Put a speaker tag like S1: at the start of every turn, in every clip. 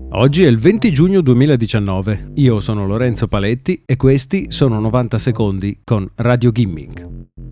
S1: Oggi è il 20 giugno 2019, io sono Lorenzo Paletti e questi sono 90 secondi con Radio Gimmick.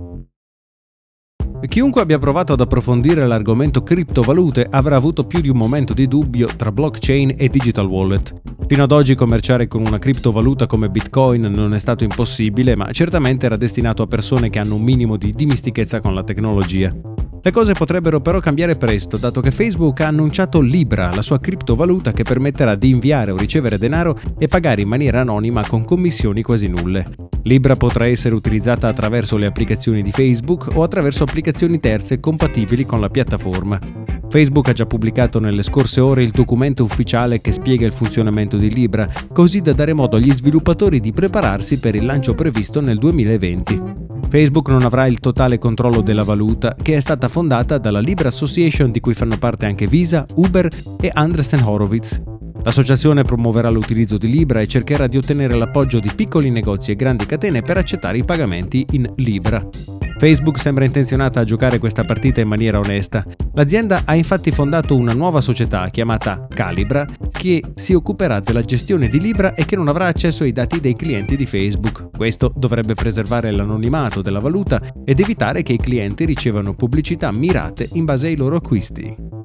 S1: Chiunque abbia provato ad approfondire l'argomento criptovalute avrà avuto più di un momento di dubbio tra blockchain e digital wallet. Fino ad oggi commerciare con una criptovaluta come Bitcoin non è stato impossibile, ma certamente era destinato a persone che hanno un minimo di dimestichezza con la tecnologia. Le cose potrebbero però cambiare presto, dato che Facebook ha annunciato Libra, la sua criptovaluta che permetterà di inviare o ricevere denaro e pagare in maniera anonima con commissioni quasi nulle. Libra potrà essere utilizzata attraverso le applicazioni di Facebook o attraverso applicazioni terze compatibili con la piattaforma. Facebook ha già pubblicato nelle scorse ore il documento ufficiale che spiega il funzionamento di Libra, così da dare modo agli sviluppatori di prepararsi per il lancio previsto nel 2020. Facebook non avrà il totale controllo della valuta, che è stata fondata dalla Libra Association di cui fanno parte anche Visa, Uber e Andreessen Horowitz. L'associazione promuoverà l'utilizzo di Libra e cercherà di ottenere l'appoggio di piccoli negozi e grandi catene per accettare i pagamenti in Libra. Facebook sembra intenzionata a giocare questa partita in maniera onesta. L'azienda ha infatti fondato una nuova società chiamata Calibra che si occuperà della gestione di Libra e che non avrà accesso ai dati dei clienti di Facebook. Questo dovrebbe preservare l'anonimato della valuta ed evitare che i clienti ricevano pubblicità mirate in base ai loro acquisti.